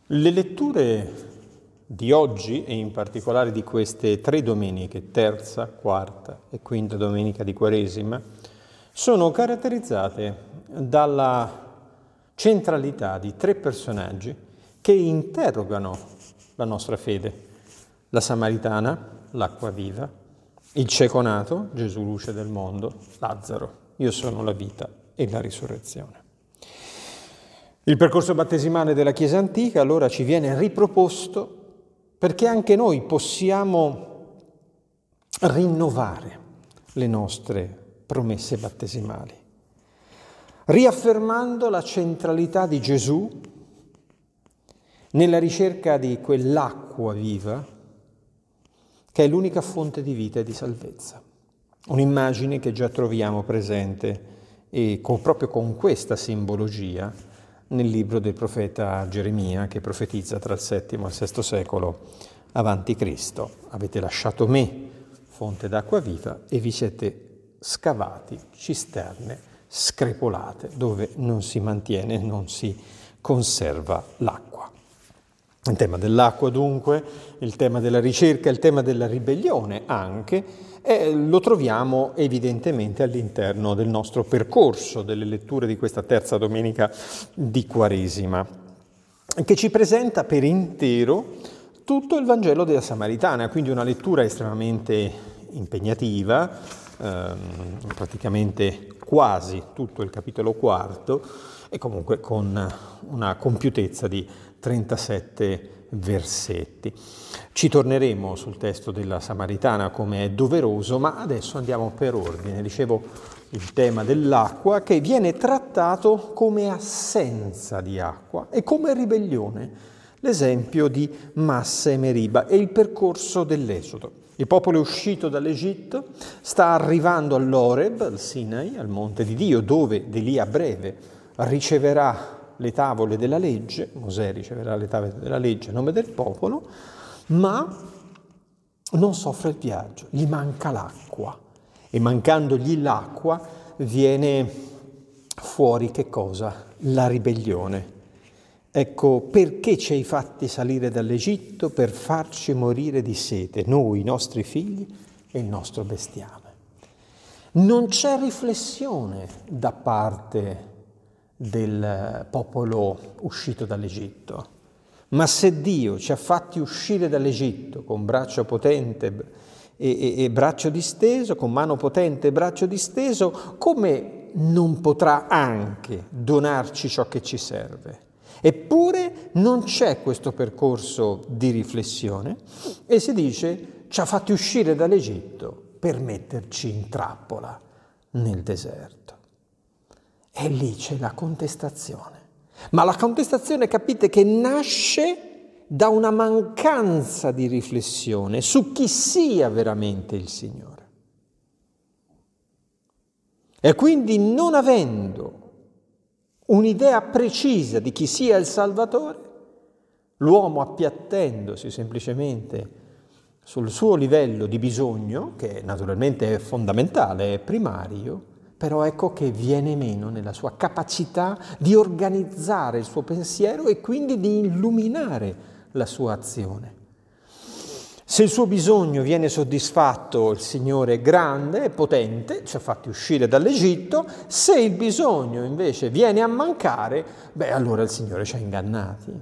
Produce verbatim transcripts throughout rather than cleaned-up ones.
Le letture di oggi, e in particolare di queste tre domeniche, terza, quarta e quinta domenica di Quaresima, sono caratterizzate dalla centralità di tre personaggi che interrogano la nostra fede: la Samaritana, l'acqua viva; il cieco nato, Gesù luce del mondo; Lazzaro, io sono la vita e la risurrezione. Il percorso battesimale della Chiesa antica allora ci viene riproposto perché anche noi possiamo rinnovare le nostre promesse battesimali, riaffermando la centralità di Gesù nella ricerca di quell'acqua viva che è l'unica fonte di vita e di salvezza. Un'immagine che già troviamo presente e con, proprio con questa simbologia nel libro del profeta Geremia, che profetizza tra il settimo e il sesto secolo avanti Cristo. Avete lasciato me, fonte d'acqua viva, e vi siete scavati cisterne screpolate dove non si mantiene, non si conserva l'acqua. Il tema dell'acqua dunque, il tema della ricerca, il tema della ribellione anche, e lo troviamo evidentemente all'interno del nostro percorso delle letture di questa terza domenica di Quaresima, che ci presenta per intero tutto il Vangelo della Samaritana, quindi una lettura estremamente impegnativa, ehm, praticamente quasi tutto il capitolo quarto, e comunque con una compiutezza di trentasette versetti. Ci torneremo sul testo della Samaritana come è doveroso, ma adesso andiamo per ordine. Dicevo, il tema dell'acqua che viene trattato come assenza di acqua e come ribellione. L'esempio di Massa e Meriba e il percorso dell'Esodo. Il popolo è uscito dall'Egitto, sta arrivando all'Oreb, al Sinai, al monte di Dio, dove di lì a breve riceverà le tavole della legge. Mosè riceverà le tavole della legge a nome del popolo, ma non soffre il viaggio, gli manca l'acqua. E mancandogli l'acqua viene fuori che cosa? La ribellione. Ecco, perché ci hai fatti salire dall'Egitto? Per farci morire di sete, noi, i nostri figli e il nostro bestiame. Non c'è riflessione da parte del popolo uscito dall'Egitto. Ma se Dio ci ha fatti uscire dall'Egitto con braccio potente e, e, e braccio disteso, con mano potente e braccio disteso, come non potrà anche donarci ciò che ci serve? Eppure non c'è questo percorso di riflessione e si dice ci ha fatti uscire dall'Egitto per metterci in trappola nel deserto. E lì c'è la contestazione. Ma la contestazione, capite, che nasce da una mancanza di riflessione su chi sia veramente il Signore. E quindi, non avendo un'idea precisa di chi sia il Salvatore, l'uomo, appiattendosi semplicemente sul suo livello di bisogno, che naturalmente è fondamentale, è primario, però ecco che viene meno nella sua capacità di organizzare il suo pensiero e quindi di illuminare la sua azione. Se il suo bisogno viene soddisfatto, il Signore è grande e potente, ci ha fatti uscire dall'Egitto. Se il bisogno invece viene a mancare, beh, allora il Signore ci ha ingannati.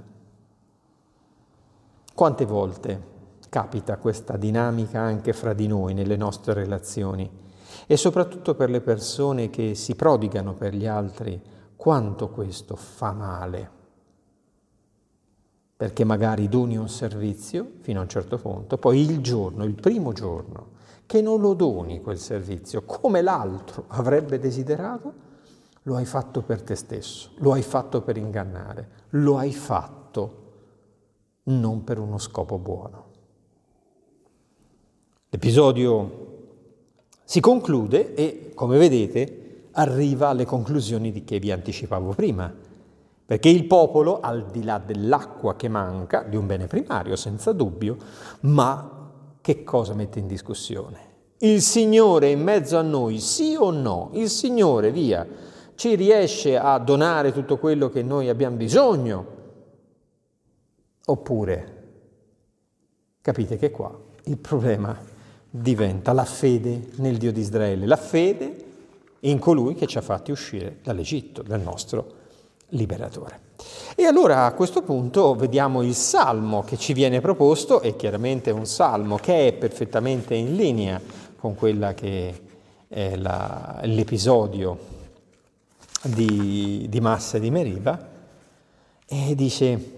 Quante volte capita questa dinamica anche fra di noi, nelle nostre relazioni? E soprattutto per le persone che si prodigano per gli altri, quanto questo fa male. Perché magari doni un servizio fino a un certo punto, poi il giorno, il primo giorno, che non lo doni quel servizio come l'altro avrebbe desiderato, lo hai fatto per te stesso, lo hai fatto per ingannare, lo hai fatto non per uno scopo buono. L'episodio si conclude e, come vedete, arriva alle conclusioni di che vi anticipavo prima, perché il popolo, al di là dell'acqua che manca, di un bene primario senza dubbio, ma che cosa mette in discussione? Il Signore in mezzo a noi, sì o no? Il Signore, via, ci riesce a donare tutto quello che noi abbiamo bisogno? Oppure, capite che qua il problema diventa la fede nel Dio di Israele, la fede in colui che ci ha fatti uscire dall'Egitto, del nostro liberatore. E allora a questo punto vediamo il salmo che ci viene proposto, e chiaramente un salmo che è perfettamente in linea con quella che è la, l'episodio di, di Massa e di Meriba, e dice: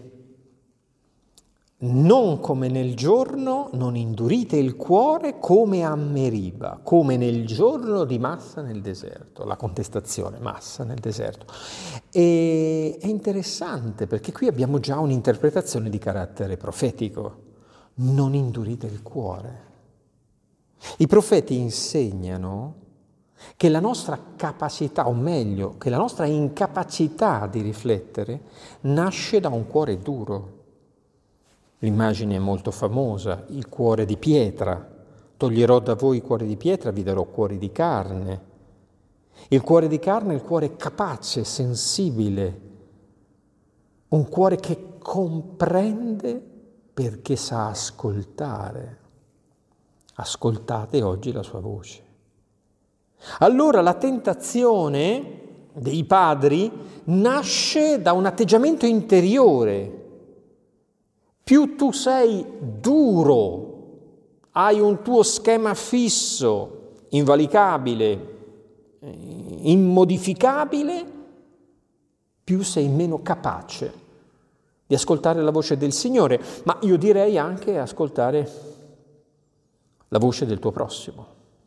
non come nel giorno, non indurite il cuore come a Meriba, come nel giorno di Massa nel deserto, la contestazione, Massa nel deserto. E è interessante perché qui abbiamo già un'interpretazione di carattere profetico. Non indurite il cuore. I profeti insegnano che la nostra capacità, o meglio, che la nostra incapacità di riflettere nasce da un cuore duro. L'immagine è molto famosa, il cuore di pietra. Toglierò da voi il cuore di pietra, vi darò cuori di carne. Il cuore di carne è il cuore capace, sensibile, un cuore che comprende perché sa ascoltare. Ascoltate oggi la sua voce. Allora la tentazione dei padri nasce da un atteggiamento interiore. Più tu sei duro, hai un tuo schema fisso, invalicabile, immodificabile, più sei meno capace di ascoltare la voce del Signore, ma io direi anche ascoltare la voce del tuo prossimo.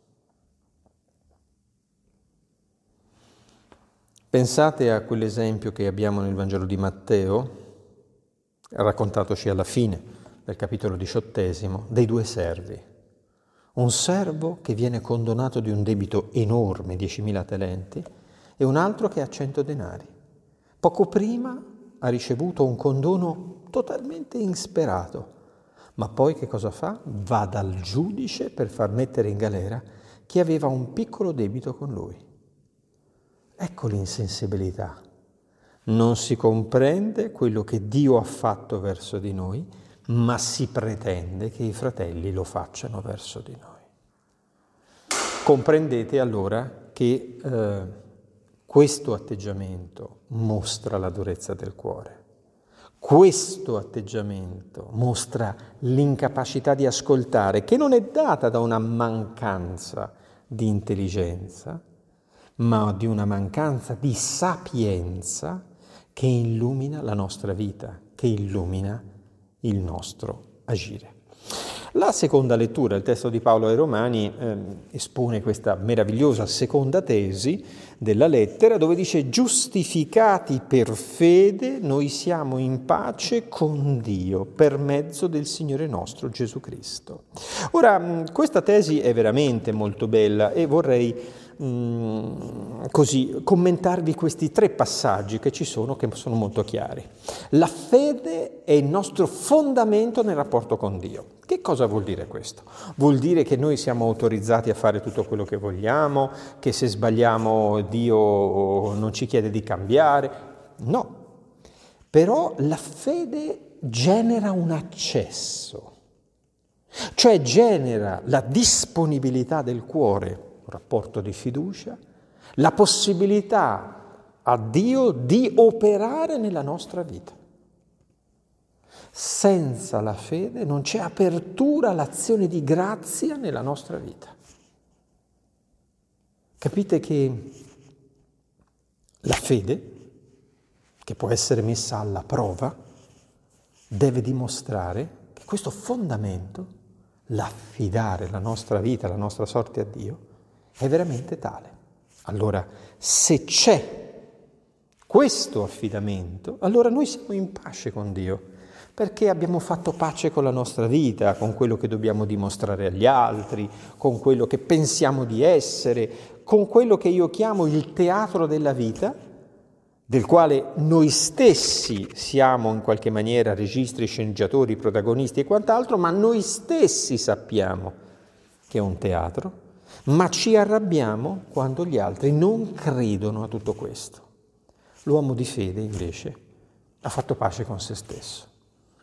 Pensate a quell'esempio che abbiamo nel Vangelo di Matteo, raccontatoci alla fine del capitolo diciottesimo, dei due servi. Un servo che viene condonato di un debito enorme, diecimila talenti, e un altro che ha cento denari. Poco prima ha ricevuto un condono totalmente insperato, ma poi che cosa fa? Va dal giudice per far mettere in galera chi aveva un piccolo debito con lui. Ecco l'insensibilità. Non si comprende quello che Dio ha fatto verso di noi, ma si pretende che i fratelli lo facciano verso di noi. Comprendete allora che eh, questo atteggiamento mostra la durezza del cuore. Questo atteggiamento mostra l'incapacità di ascoltare, che non è data da una mancanza di intelligenza, ma di una mancanza di sapienza che illumina la nostra vita, che illumina il nostro agire. La seconda lettura, il testo di Paolo ai Romani, eh, espone questa meravigliosa seconda tesi della lettera, dove dice: giustificati per fede, noi siamo in pace con Dio per mezzo del Signore nostro Gesù Cristo. Ora, questa tesi è veramente molto bella e vorrei così commentarvi questi tre passaggi che ci sono, che sono molto chiari. La fede è il nostro fondamento nel rapporto con Dio. Che cosa vuol dire questo? Vuol dire che noi siamo autorizzati a fare tutto quello che vogliamo, che se sbagliamo Dio non ci chiede di cambiare? No. Però la fede genera un accesso, cioè genera la disponibilità del cuore, un rapporto di fiducia, la possibilità a Dio di operare nella nostra vita. Senza la fede non c'è apertura all'azione di grazia nella nostra vita. Capite che la fede, che può essere messa alla prova, deve dimostrare che questo fondamento, l'affidare la nostra vita, la nostra sorte a Dio, è veramente tale. Allora, se c'è questo affidamento, allora noi siamo in pace con Dio, perché abbiamo fatto pace con la nostra vita, con quello che dobbiamo dimostrare agli altri, con quello che pensiamo di essere, con quello che io chiamo il teatro della vita, del quale noi stessi siamo in qualche maniera registri, sceneggiatori, protagonisti e quant'altro, ma noi stessi sappiamo che è un teatro, ma ci arrabbiamo quando gli altri non credono a tutto questo. L'uomo di fede, invece, ha fatto pace con se stesso.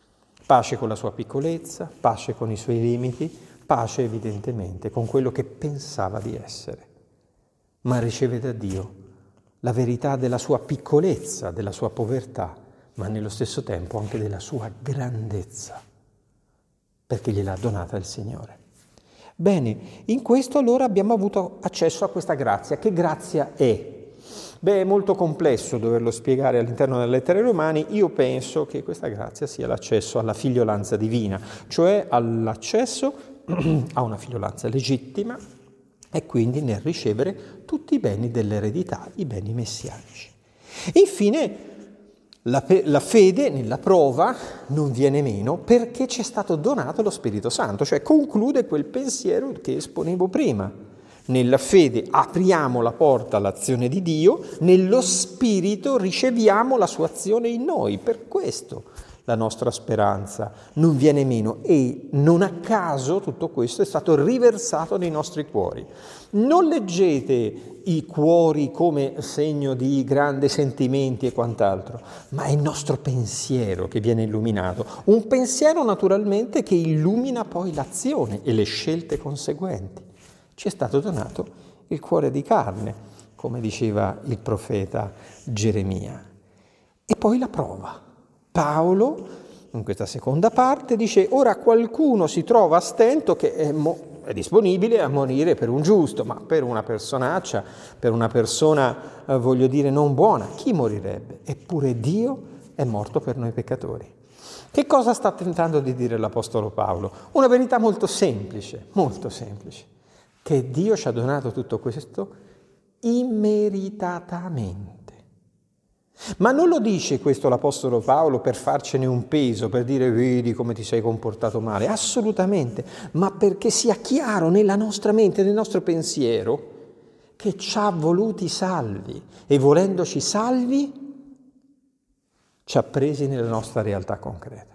Pace con la sua piccolezza, pace con i suoi limiti, pace evidentemente con quello che pensava di essere. Ma riceve da Dio la verità della sua piccolezza, della sua povertà, ma nello stesso tempo anche della sua grandezza, perché gliel'ha donata il Signore. Bene, in questo allora abbiamo avuto accesso a questa grazia. Che grazia è? Beh, è molto complesso doverlo spiegare all'interno delle lettere ai Romani. Io penso che questa grazia sia l'accesso alla figliolanza divina, cioè all'accesso a una figliolanza legittima e quindi nel ricevere tutti i beni dell'eredità, i beni messianici. Infine, la, la fede nella prova non viene meno perché ci è stato donato lo Spirito Santo, cioè conclude quel pensiero che esponevo prima. Nella fede apriamo la porta all'azione di Dio, nello Spirito riceviamo la sua azione in noi. Per questo la nostra speranza non viene meno e non a caso tutto questo è stato riversato nei nostri cuori. Non leggete i cuori come segno di grandi sentimenti e quant'altro, ma è il nostro pensiero che viene illuminato. Un pensiero naturalmente che illumina poi l'azione e le scelte conseguenti. Ci è stato donato il cuore di carne, come diceva il profeta Geremia. E poi la prova. Paolo, in questa seconda parte, dice: ora qualcuno si trova a stento che è, mo- è disponibile a morire per un giusto, ma per una personaccia, per una persona, eh, voglio dire, non buona, chi morirebbe? Eppure Dio è morto per noi peccatori. Che cosa sta tentando di dire l'Apostolo Paolo? Una verità molto semplice, molto semplice. Che Dio ci ha donato tutto questo immeritatamente. Ma non lo dice questo l'Apostolo Paolo per farcene un peso, per dire vedi come ti sei comportato male, assolutamente, ma perché sia chiaro nella nostra mente, nel nostro pensiero, che ci ha voluti salvi e volendoci salvi ci ha presi nella nostra realtà concreta.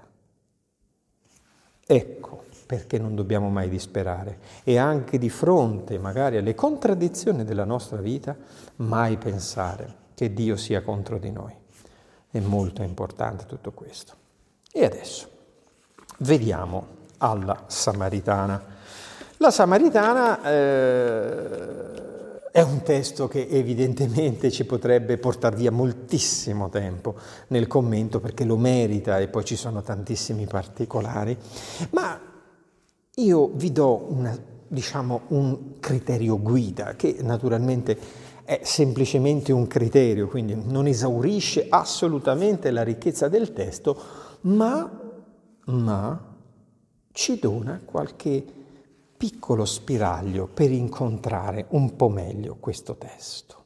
Ecco perché non dobbiamo mai disperare e anche di fronte magari alle contraddizioni della nostra vita mai pensare che Dio sia contro di noi. È molto importante tutto questo. E adesso vediamo alla Samaritana. La Samaritana eh, è un testo che evidentemente ci potrebbe portare via moltissimo tempo nel commento perché lo merita e poi ci sono tantissimi particolari, ma io vi do una, diciamo, un criterio guida che naturalmente è semplicemente un criterio, quindi non esaurisce assolutamente la ricchezza del testo, ma, ma ci dona qualche piccolo spiraglio per incontrare un po' meglio questo testo.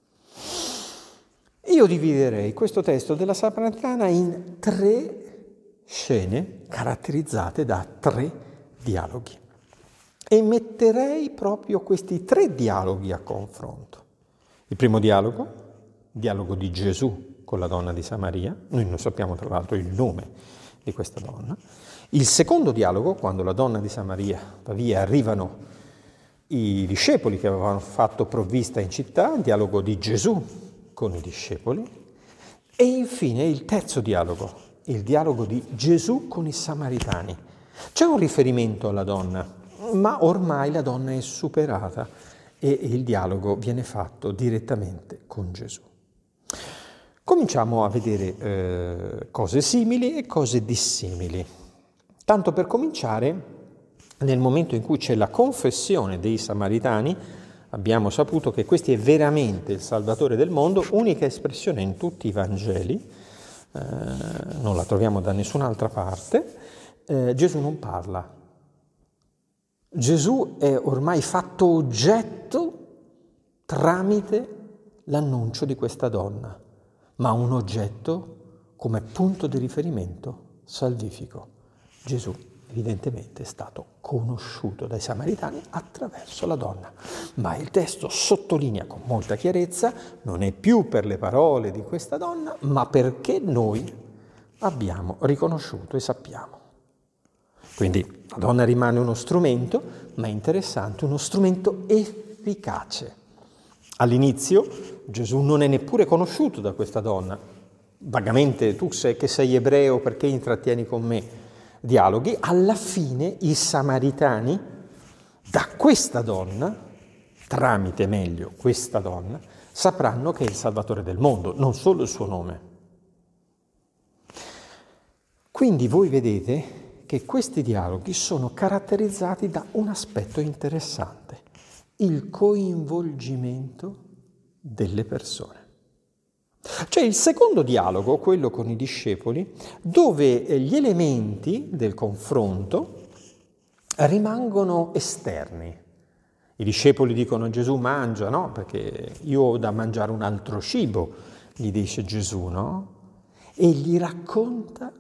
Io dividerei questo testo della Samaritana in tre scene caratterizzate da tre dialoghi e metterei proprio questi tre dialoghi a confronto. Il primo dialogo, dialogo di Gesù con la donna di Samaria, noi non sappiamo tra l'altro il nome di questa donna. Il secondo dialogo, quando la donna di Samaria va via, arrivano i discepoli che avevano fatto provvista in città, il dialogo di Gesù con i discepoli. E infine il terzo dialogo, il dialogo di Gesù con i Samaritani. C'è un riferimento alla donna, ma ormai la donna è superata e il dialogo viene fatto direttamente con Gesù. Cominciamo a vedere eh, cose simili e cose dissimili. Tanto per cominciare, nel momento in cui c'è la confessione dei Samaritani, abbiamo saputo che questo è veramente il Salvatore del mondo, unica espressione in tutti i Vangeli, eh, non la troviamo da nessun'altra parte. Eh, Gesù non parla. Gesù è ormai fatto oggetto tramite l'annuncio di questa donna, ma un oggetto come punto di riferimento salvifico. Gesù evidentemente è stato conosciuto dai Samaritani attraverso la donna, ma il testo sottolinea con molta chiarezza, non è più per le parole di questa donna, ma perché noi abbiamo riconosciuto e sappiamo. Quindi la donna rimane uno strumento, ma è interessante, uno strumento efficace. All'inizio Gesù non è neppure conosciuto da questa donna. Vagamente, tu sei che sei ebreo, perché intrattieni con me? dialoghi, alla fine i samaritani, da questa donna, tramite meglio questa donna, sapranno che è il Salvatore del mondo, non solo il suo nome. Quindi voi vedete che questi dialoghi sono caratterizzati da un aspetto interessante, il coinvolgimento delle persone. C'è il secondo dialogo, quello con i discepoli, dove gli elementi del confronto rimangono esterni. I discepoli dicono a Gesù mangia, no? Perché io ho da mangiare un altro cibo, gli dice Gesù, no? E gli racconta,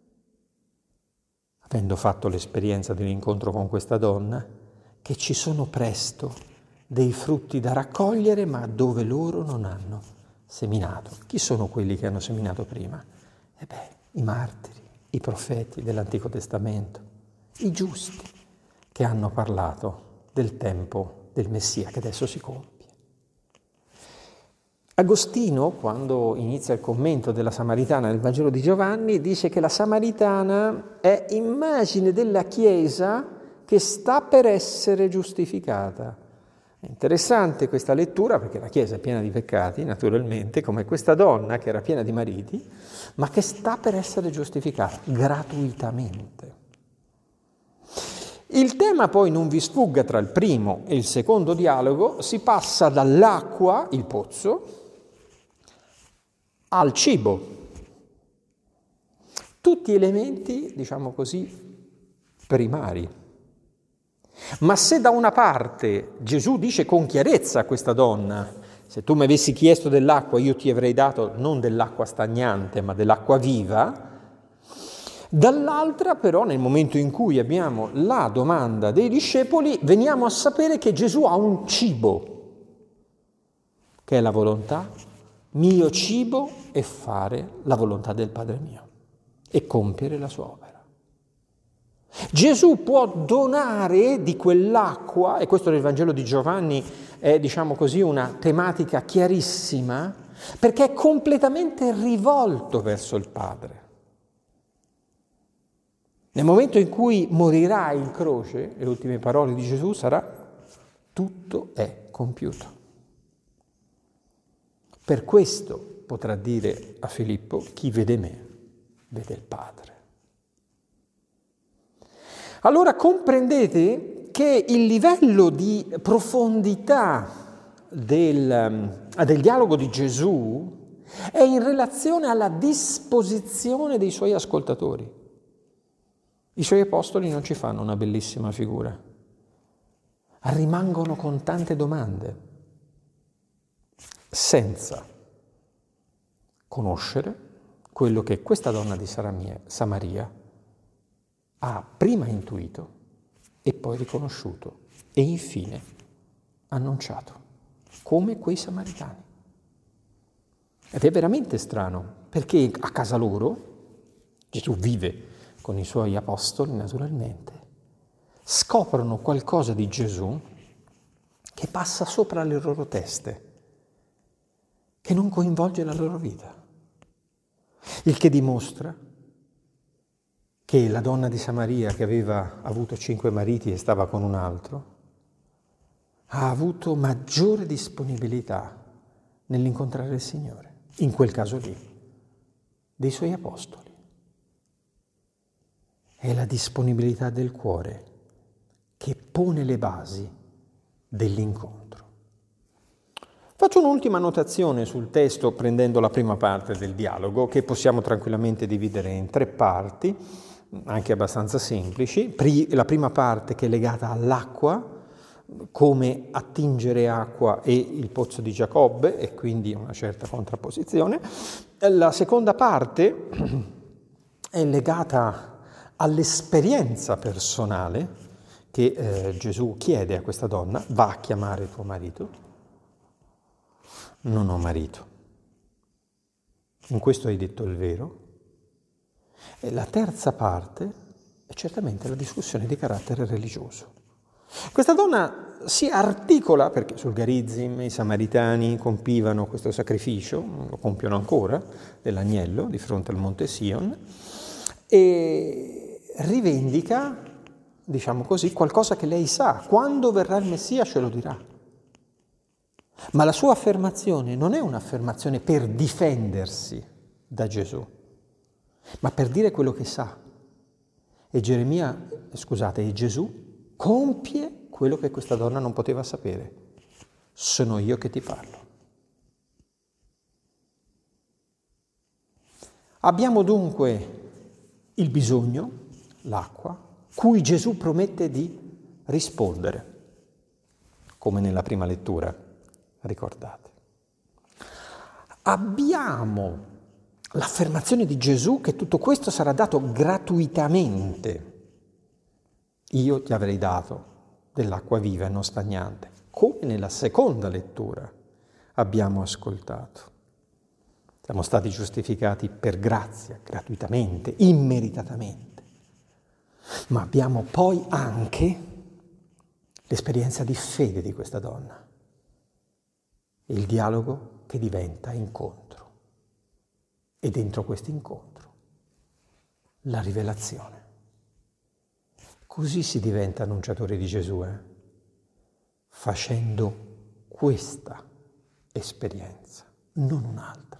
avendo fatto l'esperienza dell'incontro con questa donna, che ci sono presto dei frutti da raccogliere, ma dove loro non hanno seminato. Chi sono quelli che hanno seminato prima? E beh, i martiri, i profeti dell'Antico Testamento, i giusti che hanno parlato del tempo del Messia che adesso si compie. Agostino, quando inizia il commento della Samaritana nel Vangelo di Giovanni, dice che la Samaritana è immagine della Chiesa che sta per essere giustificata. È interessante questa lettura perché la Chiesa è piena di peccati, naturalmente, come questa donna che era piena di mariti, ma che sta per essere giustificata gratuitamente. Il tema poi non vi sfugga tra il primo e il secondo dialogo, si passa dall'acqua, il pozzo, al cibo. Tutti elementi, diciamo così, primari. Ma se da una parte Gesù dice con chiarezza a questa donna, se tu mi avessi chiesto dell'acqua io ti avrei dato non dell'acqua stagnante ma dell'acqua viva, dall'altra però nel momento in cui abbiamo la domanda dei discepoli veniamo a sapere che Gesù ha un cibo, che è la volontà, mio cibo è fare la volontà del Padre mio e compiere la sua opera. Gesù può donare di quell'acqua, e questo nel Vangelo di Giovanni è, diciamo così, una tematica chiarissima, perché è completamente rivolto verso il Padre. Nel momento in cui morirà in croce, le ultime parole di Gesù sarà: tutto è compiuto. Per questo potrà dire a Filippo: chi vede me, vede il Padre. Allora comprendete che il livello di profondità del, del dialogo di Gesù è in relazione alla disposizione dei suoi ascoltatori. I suoi apostoli non ci fanno una bellissima figura, rimangono con tante domande, senza conoscere quello che questa donna di Samaria ha prima intuito e poi riconosciuto e infine annunciato, come quei samaritani. Ed è veramente strano, perché a casa loro, Gesù vive con i suoi apostoli naturalmente, scoprono qualcosa di Gesù che passa sopra le loro teste, che non coinvolge la loro vita, il che dimostra che la donna di Samaria, che aveva avuto cinque mariti e stava con un altro, ha avuto maggiore disponibilità nell'incontrare il Signore, in quel caso lì, dei suoi apostoli. È la disponibilità del cuore che pone le basi dell'incontro. Faccio un'ultima notazione sul testo prendendo la prima parte del dialogo, che possiamo tranquillamente dividere in tre parti, anche abbastanza semplici. La prima parte che è legata all'acqua, come attingere acqua e il pozzo di Giacobbe, e quindi una certa contrapposizione. La seconda parte è legata all'esperienza personale che eh, Gesù chiede a questa donna: va a chiamare tuo marito. Non ho marito. In questo hai detto il vero. E la terza parte è certamente la discussione di carattere religioso. Questa donna si articola, perché sul Garizim i samaritani compivano questo sacrificio, lo compiono ancora, dell'agnello di fronte al monte Sion, e rivendica, diciamo così, qualcosa che lei sa. Quando verrà il Messia ce lo dirà. Ma la sua affermazione non è un'affermazione per difendersi da Gesù, ma per dire quello che sa. E Geremia, scusate, e Gesù compie quello che questa donna non poteva sapere. Sono io che ti parlo. Abbiamo dunque il bisogno, l'acqua, cui Gesù promette di rispondere, come nella prima lettura, ricordate. Abbiamo l'affermazione di Gesù che tutto questo sarà dato gratuitamente. Io ti avrei dato dell'acqua viva e non stagnante, come nella seconda lettura abbiamo ascoltato. Siamo stati giustificati per grazia, gratuitamente, immeritatamente. Ma abbiamo poi anche l'esperienza di fede di questa donna, il dialogo che diventa incontro. E dentro questo incontro, la rivelazione. Così si diventa annunciatori di Gesù, eh? Facendo questa esperienza, non un'altra.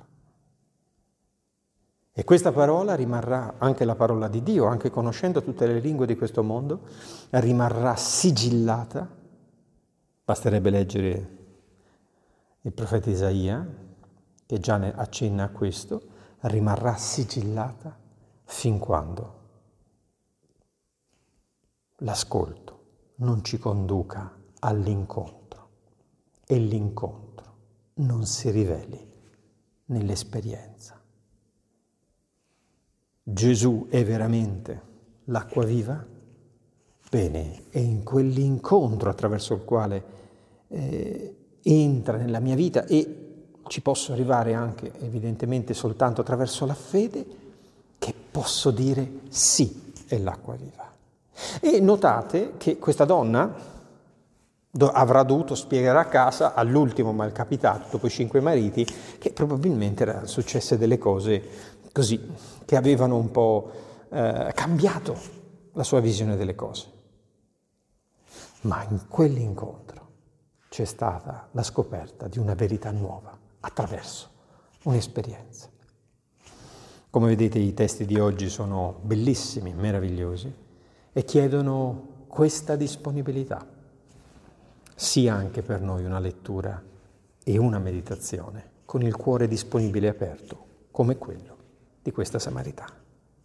E questa parola rimarrà, anche la parola di Dio, anche conoscendo tutte le lingue di questo mondo, rimarrà sigillata. Basterebbe leggere il profeta Isaia, che già ne accenna a questo, rimarrà sigillata fin quando l'ascolto non ci conduca all'incontro e l'incontro non si riveli nell'esperienza. Gesù è veramente l'acqua viva? Bene, è in quell'incontro attraverso il quale eh, entra nella mia vita e ci posso arrivare anche evidentemente soltanto attraverso la fede che posso dire sì, è l'acqua viva. E notate che questa donna do- avrà dovuto spiegare a casa all'ultimo malcapitato, dopo i cinque mariti, che probabilmente erano successe delle cose così, che avevano un po' eh, cambiato la sua visione delle cose. Ma in quell'incontro c'è stata la scoperta di una verità nuova attraverso un'esperienza. Come vedete, i testi di oggi sono bellissimi, meravigliosi e chiedono questa disponibilità, sia anche per noi una lettura e una meditazione con il cuore disponibile e aperto, come quello di questa Samaritana.